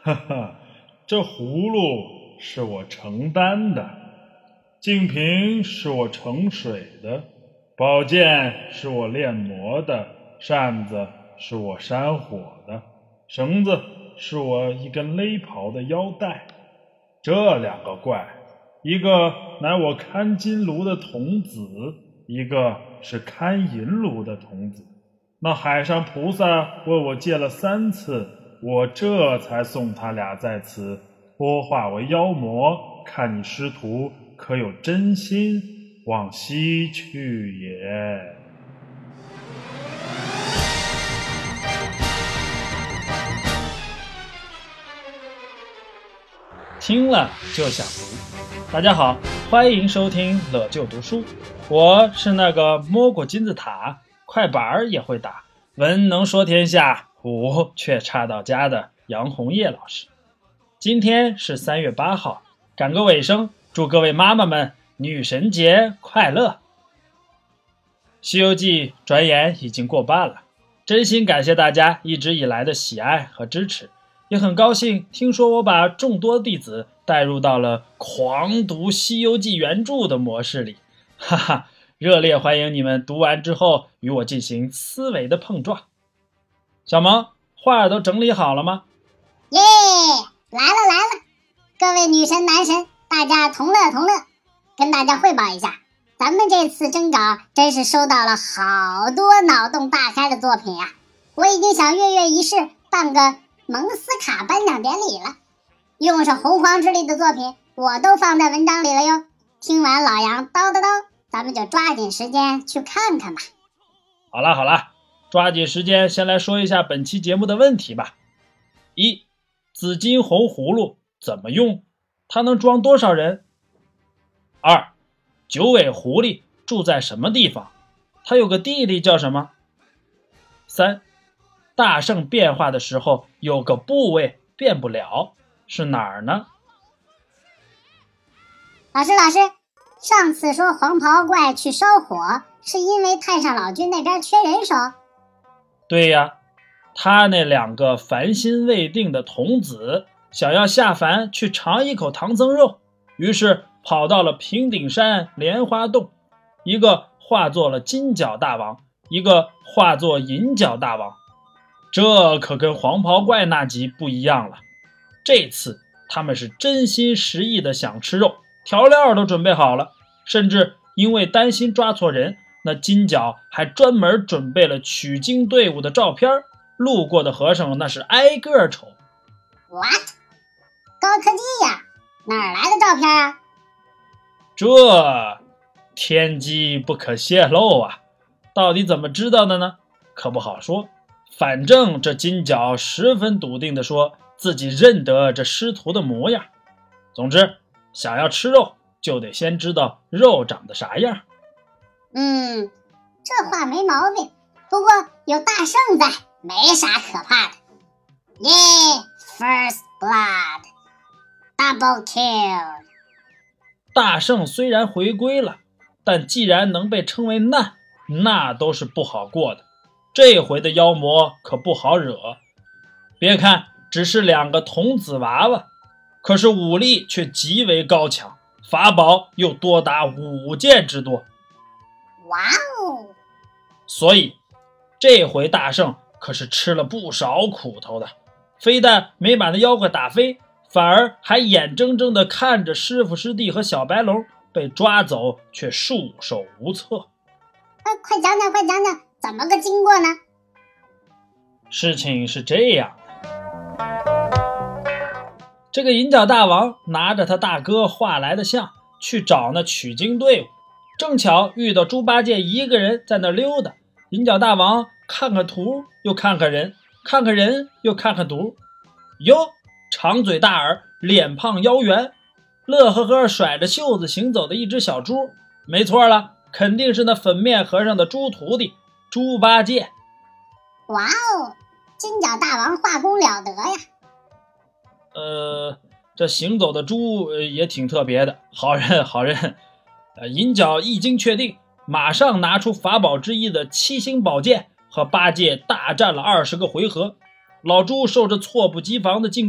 哈哈，这葫芦是我承担的，净瓶是我盛水的，宝剑是我炼魔的，扇子是我扇火的，绳子是我一根勒袍的腰带。这两个怪，一个乃我看金炉的童子，一个是看银炉的童子。那海上菩萨问我借了3次，我这才送他俩在此脱化为妖魔，看你师徒可有真心往西去也。 听了就想读。大家好，欢迎收听乐就读书，我是那个摸过金字塔，快板也会打，文能说天下，武却差到家的杨红叶老师。今天是3月8号，赶个尾声，祝各位妈妈们女神节快乐。西游记转眼已经过半了，真心感谢大家一直以来的喜爱和支持，也很高兴听说我把众多弟子带入到了狂读西游记原著的模式里，哈哈，热烈欢迎你们读完之后与我进行思维的碰撞。小萌，话都整理好了吗？ 耶，来了，各位女神男神，大家同乐，跟大家汇报一下，咱们这次征稿真是收到了好多脑洞大开的作品啊，我已经想跃跃一试，办个蒙斯卡颁奖典礼了，用上洪荒之力的作品我都放在文章里了哟。听完老杨叨，咱们就抓紧时间去看看吧。 好了，抓紧时间先来说一下本期节目的问题吧。1. 紫金红葫芦怎么用？它能装多少人？ 2. 九尾狐狸住在什么地方？它有个弟弟叫什么？ 3. 大圣变化的时候有个部位变不了，是哪儿呢？ 老师，上次说黄袍怪去烧火是因为太上老君那边缺人手？ 对呀，他那2个凡心未定的童子想要下凡去尝一口唐僧肉，于是跑到了平顶山莲花洞，一个化作了金角大王，一个化作银角大王。这可跟黄袍怪那集不一样了，这次他们是真心实意的想吃肉，调料都准备好了，甚至因为担心抓错人，那金角还专门准备了取经队伍的照片，路过的和尚那是挨个瞅。 What？ 高科技呀，哪儿来的照片啊？ 这天机不可泄露啊，到底怎么知道的呢？可不好说，反正这金角十分笃定地说自己认得这师徒的模样。总之，想要吃肉就得先知道肉长得啥样。 这话没毛病，不过有大圣在，没啥可怕的。耶 ，First Blood Double Kill。 大圣虽然回归了，但既然能被称为难，那都是不好过的。这回的妖魔可不好惹，别看只是2个童子娃娃，可是武力却极为高强，法宝又多达5件之多。 哇哦！ 所以这回大圣可是吃了不少苦头的，非但没把那妖怪打飞，反而还眼睁睁地看着师傅师弟和小白龙被抓走，却束手无策。 快讲讲怎么个经过呢？ 事情是这样的，这个银角大王拿着他大哥画来的像去找那取经队伍，正巧遇到猪八戒一个人在那溜达。银角大王看看图又看看人，看看人又看看图，哟，长嘴大耳，脸胖腰圆，乐呵呵甩着袖子行走的一只小猪，没错了，肯定是那粉面和尚的猪徒弟猪八戒。 哇哦，金角大王画工了得呀！ 这行走的猪也挺特别的，好人。银角一经确定，马上拿出法宝之一的七星宝剑，和八戒大战了20个回合。老猪受着猝不及防的进攻，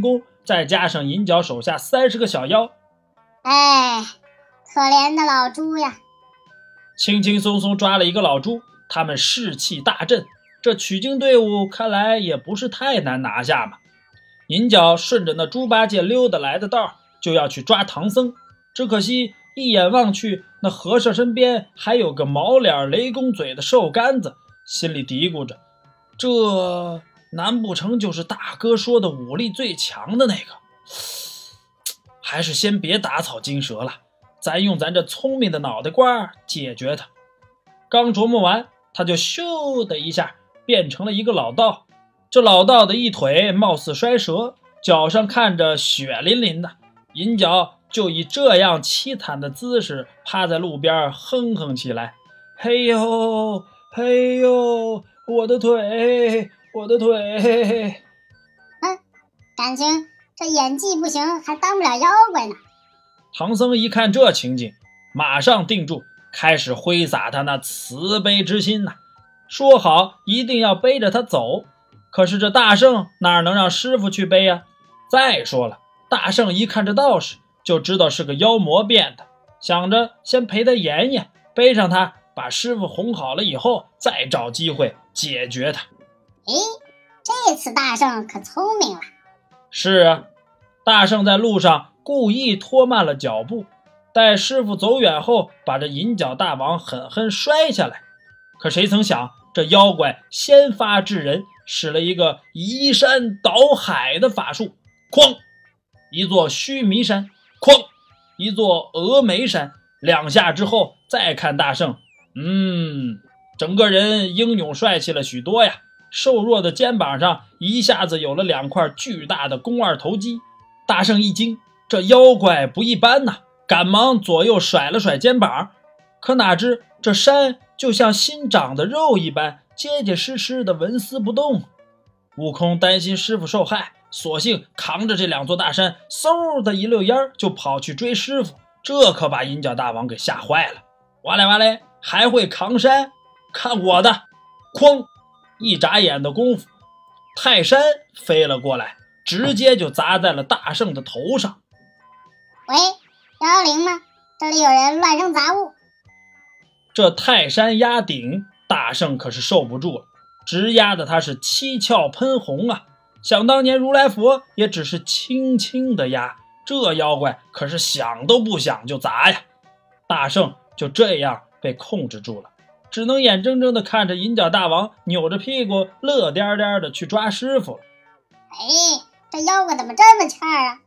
再加上银角手下30个小妖， 哎，可怜的老猪呀！ 轻轻松松抓了一个老猪，他们士气大振。这取经队伍看来也不是太难拿下嘛。银角顺着那猪八戒溜达来的道，就要去抓唐僧，只可惜一眼望去，那和尚身边还有个毛脸雷公嘴的瘦杆子，心里嘀咕着，这难不成就是大哥说的武力最强的那个？还是先别打草惊蛇了，咱用咱这聪明的脑袋瓜解决它。刚琢磨完，他就咻的一下变成了一个老道。这老道的一腿貌似摔折，脚上看着血淋淋的，银角就以这样凄惨的姿势趴在路边哼哼起来，嘿呦嘿呦，我的腿我的腿。 感情这演技不行，还当不了妖怪呢。 唐僧一看这情景，马上定住，开始挥洒他那慈悲之心呐，说好一定要背着他走。可是这大圣哪能让师傅去背啊？再说了，大圣一看这道士就知道是个妖魔变的，想着先陪他演演，背上他，把师傅哄好了以后，再找机会解决他。 这次大圣可聪明了。 是啊，大圣在路上故意拖慢了脚步，待师傅走远后，把这银角大王狠狠摔下来。可谁曾想，这妖怪先发制人，使了一个移山倒海的法术，哐，一座须弥山，哐，一座峨眉山。2下之后，再看大圣，整个人英勇帅气了许多呀。瘦弱的肩膀上一下子有了2块巨大的肱二头肌。大圣一惊，这妖怪不一般呐，赶忙左右甩了甩肩膀，可哪知这山就像新长的肉一般，结结实实的纹丝不动。悟空担心师傅受害，索性扛着这2座大山，嗖的一溜烟就跑去追师傅。这可把银角大王给吓坏了，哇嘞哇嘞，还会扛山？看我的！哐，一眨眼的功夫，泰山飞了过来，直接就砸在了大圣的头上。 喂，110吗？这里有人乱扔杂物。 这泰山压顶，大圣可是受不住了，直压的他是七窍喷红啊！想当年如来佛也只是轻轻的压，这妖怪可是想都不想就砸呀！大圣就这样被控制住了，只能眼睁睁地看着银角大王扭着屁股乐颠颠的去抓师傅了。 这妖怪怎么这么欠啊？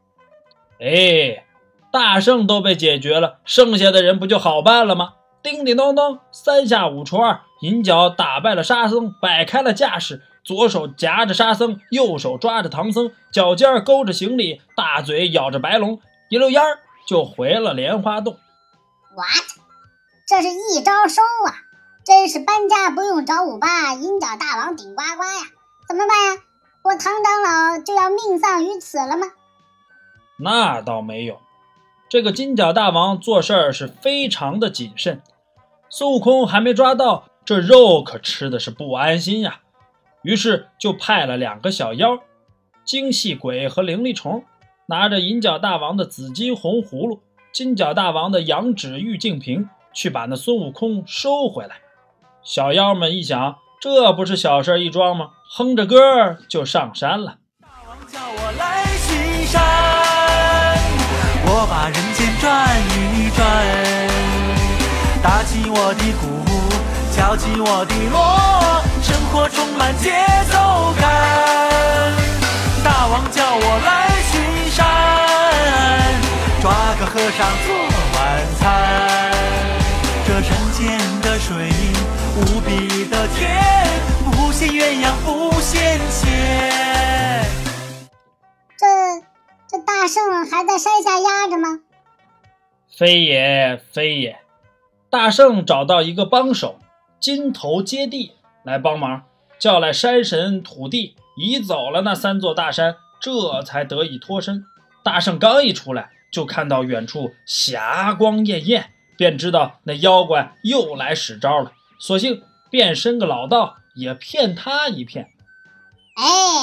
大圣都被解决了，剩下的人不就好办了吗？叮叮当当，3下5除2，银角打败了沙僧，摆开了架势，左手夹着沙僧，右手抓着唐僧，脚尖勾着行李，大嘴咬着白龙，一溜烟就回了莲花洞。 What？ 这是一招收啊！真是搬家不用找我爸，银角大王顶呱呱呀！怎么办呀？我唐长老就要命丧于此了吗？ 那倒没有，这个金角大王做事儿是非常的谨慎。孙悟空还没抓到，这肉可吃的是不安心呀。于是就派了2个小妖，精细鬼和伶俐虫，拿着银角大王的紫金红葫芦，金角大王的羊脂玉净瓶，去把那孙悟空收回来。小妖们一想，这不是小事一桩吗？哼着歌就上山了。 大王叫我来巡山，我把人间转一转，打起我的鼓，敲起我的锣，生活充满节奏感。大王叫我来巡山，抓个和尚做晚餐。这人间的水无比的甜，不羡鸳鸯不羡仙。 这大圣还在山下压着吗？ 非也非也，大圣找到一个帮手金头接地来帮忙，叫来山神土地移走了那3座大山，这才得以脱身。大圣刚一出来，就看到远处霞光艳艳，便知道那妖怪又来使招了，索性变身个老道，也骗他一骗。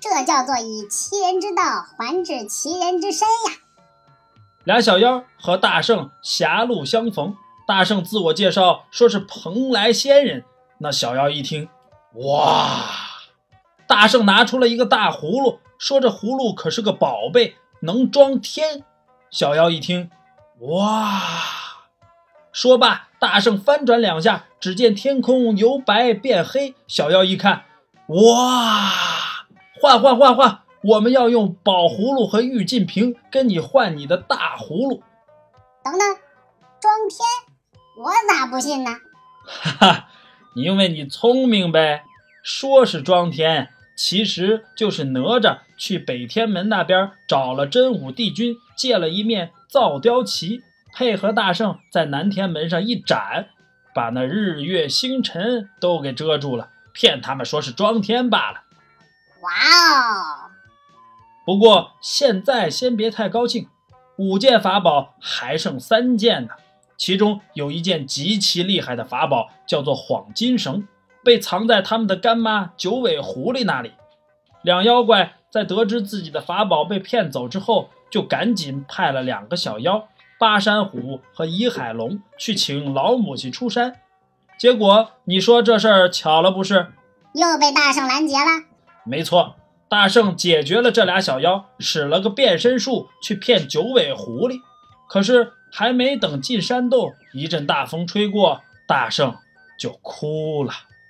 这叫做以其人之道还治其人之身呀。 俩小妖和大圣狭路相逢，大圣自我介绍说是蓬莱仙人，那小妖一听，哇！大圣拿出了一个大葫芦，说这葫芦可是个宝贝，能装天。小妖一听，哇！说罢，大圣翻转两下，只见天空由白变黑。小妖一看，哇！换！我们要用宝葫芦和玉净瓶跟你换你的大葫芦。 等等，装天，我咋不信呢？ 哈哈，因为你聪明呗。说是装天，其实就是哪吒去北天门那边找了真武帝君，借了一面造雕旗，配合大圣在南天门上一展，把那日月星辰都给遮住了，骗他们说是装天罢了。 哇哦！ 不过现在先别太高兴，5件法宝还剩3件呢，其中有一件极其厉害的法宝叫做晃金绳，被藏在他们的干妈九尾狐狸那里。两妖怪在得知自己的法宝被骗走之后，就赶紧派了2个小妖巴山虎和倚海龙去请老母亲出山。结果你说这事儿巧了不是？ 又被大圣拦截了。 没错，大圣解决了这俩小妖，使了个变身术去骗九尾狐狸。可是还没等进山洞，一阵大风吹过，大圣就哭了。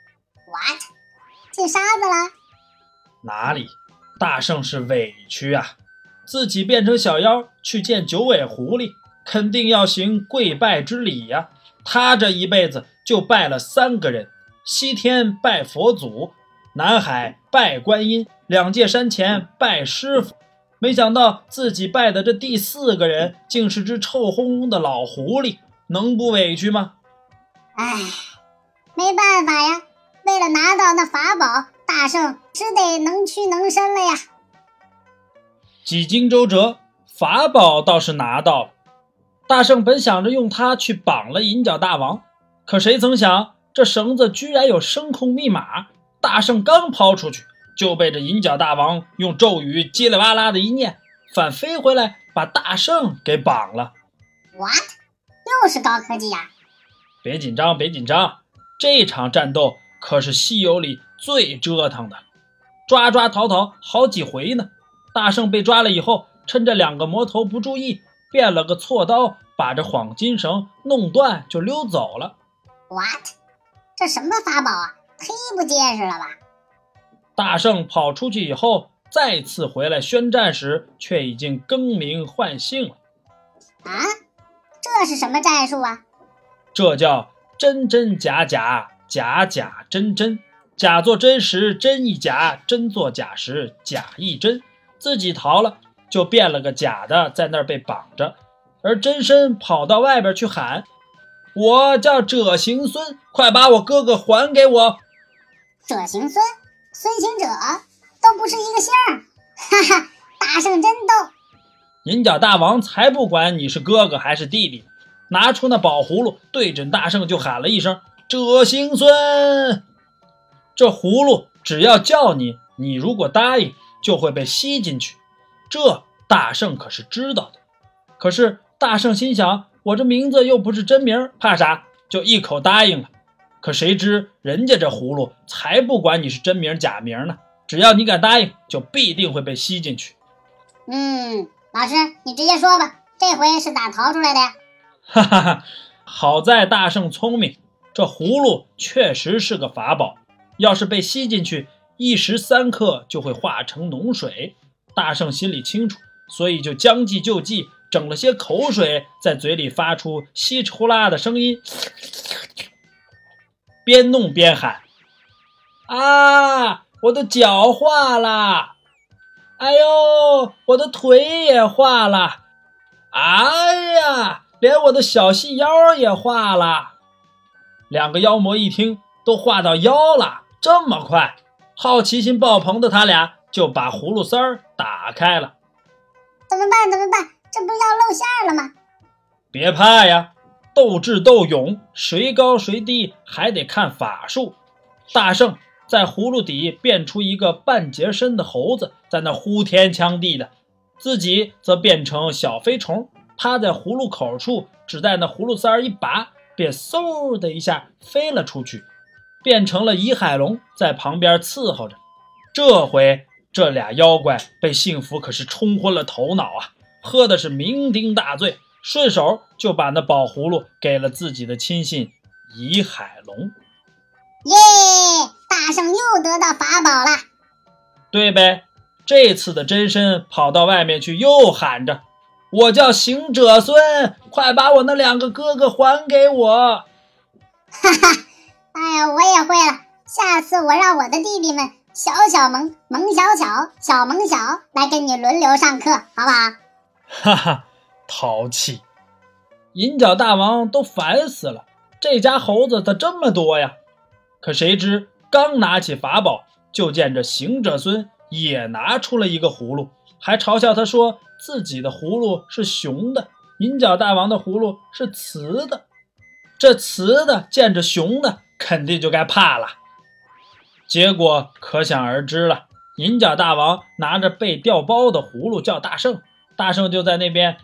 What？ 进沙子了？ 哪里，大圣是委屈啊，自己变成小妖去见九尾狐狸，肯定要行跪拜之礼呀。他这一辈子就拜了3个人，西天拜佛祖，南海拜观音，2界山前拜师傅，没想到自己拜的这第4个人竟是只臭烘烘的老狐狸，能不委屈吗？ 唉，没办法呀，为了拿到那法宝，大圣只得能屈能伸了呀。 几经周折，法宝倒是拿到了。大圣本想着用它去绑了银角大王，可谁曾想这绳子居然有声控密码，大圣刚抛出去，就被这银角大王用咒语叽里哇啦的一念，反飞回来把大圣给绑了。 What？ 又是高科技呀！ 别紧张，别紧张，这场战斗可是西游里最折腾的，抓抓逃逃好几回呢。大圣被抓了以后，趁着2个魔头不注意，变了个错刀，把这晃金绳弄断就溜走了。 What？ 这什么法宝啊？忒不结实了吧？ 大圣跑出去以后，再次回来宣战时，却已经更名换姓了。 啊？这是什么战术啊？ 这叫真真假假，假假真真，假作真时真亦假，真作假时假亦真。自己逃了，就变了个假的，在那儿被绑着，而真身跑到外边去喊：我叫者行孙，快把我哥哥还给我。 者行孙，孙行者，都不是一个姓儿。哈哈，大圣真逗。 银角大王才不管你是哥哥还是弟弟，拿出那宝葫芦，对准大圣就喊了一声：者行孙。这葫芦只要叫你，你如果答应，就会被吸进去。这大圣可是知道的。可是大圣心想，我这名字又不是真名，怕啥？就一口答应了。可谁知人家这葫芦才不管你是真名假名呢，只要你敢答应，就必定会被吸进去。 老师你直接说吧，这回是咋逃出来的呀？ 哈哈哈，好在大圣聪明，这葫芦确实是个法宝，要是被吸进去，1时3刻就会化成脓水。大圣心里清楚，所以就将计就计，整了些口水，在嘴里发出稀里呼啦的声音，边弄边喊：啊，我的脚化了！哎呦，我的腿也化了！哎呀，连我的小细腰也化了！2个妖魔一听，都化到腰了，这么快！好奇心爆棚的他俩就把葫芦丝儿打开了。 怎么办？这不是要露馅了吗？ 别怕呀，斗智斗勇，谁高谁低还得看法术。大圣在葫芦底变出一个半截身的猴子，在那呼天抢地的，自己则变成小飞虫，趴在葫芦口处，只待那葫芦丝儿一拔，便嗖的一下飞了出去，变成了倚海龙，在旁边伺候着。这回这俩妖怪被幸福可是冲昏了头脑啊，喝的是酩酊大醉，顺手就把那宝葫芦给了自己的亲信倚海龙。 耶，大圣又得到法宝了。 对呗，这次的真身跑到外面去，又喊着：我叫行者孙，快把我那2个哥哥还给我。 哈哈，哎呀，我也会了，下次我让我的弟弟们小小萌、萌小小、小萌小来跟你轮流上课，好不好？ 哈哈，淘气！银角大王都烦死了，这家猴子咋这么多呀？可谁知刚拿起法宝，就见着行者孙也拿出了一个葫芦，还嘲笑他说自己的葫芦是雄的，银角大王的葫芦是雌的。这雌的见着雄的肯定就该怕了。结果可想而知了，银角大王拿着被调包的葫芦叫大圣，大圣就在那边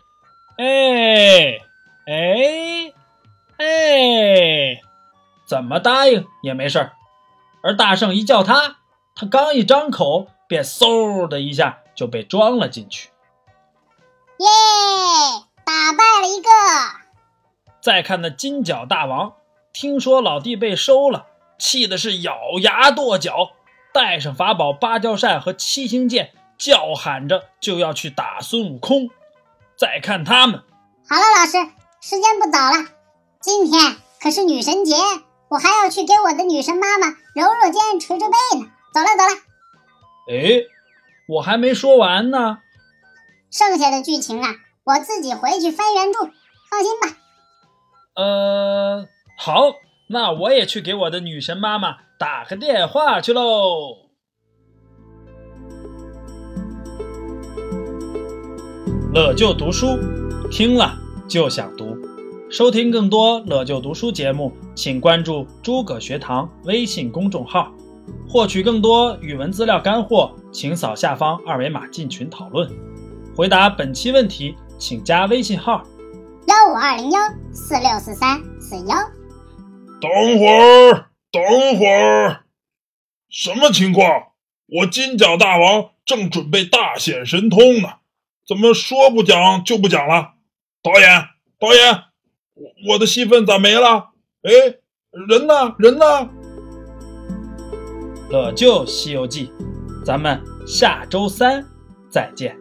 怎么答应也没事，而大圣一叫他刚一张口，便嗖的一下就被装了进去。 耶，打败了一个。 再看那金角大王，听说老弟被收了，气的是咬牙跺脚，带上法宝芭蕉扇和七星剑，叫喊着就要去打孙悟空。再看他们， 好了，老师，时间不早了，今天可是女神节，我还要去给我的女神妈妈揉揉肩、捶捶背呢。走了。 我还没说完呢。 剩下的剧情啊，我自己回去翻原著，放心吧。 好，那我也去给我的女神妈妈打个电话去喽。乐就读书，听了就想读。收听更多乐就读书节目，请关注诸葛学堂微信公众号。获取更多语文资料干货，请扫下方二维码进群讨论。回答本期问题，请加微信号 15201464341。 等会儿，什么情况？我金角大王正准备大显神通呢，怎么说不讲就不讲了？导演，我的戏份咋没了？人呢？ 乐就西游记，咱们下周3再见。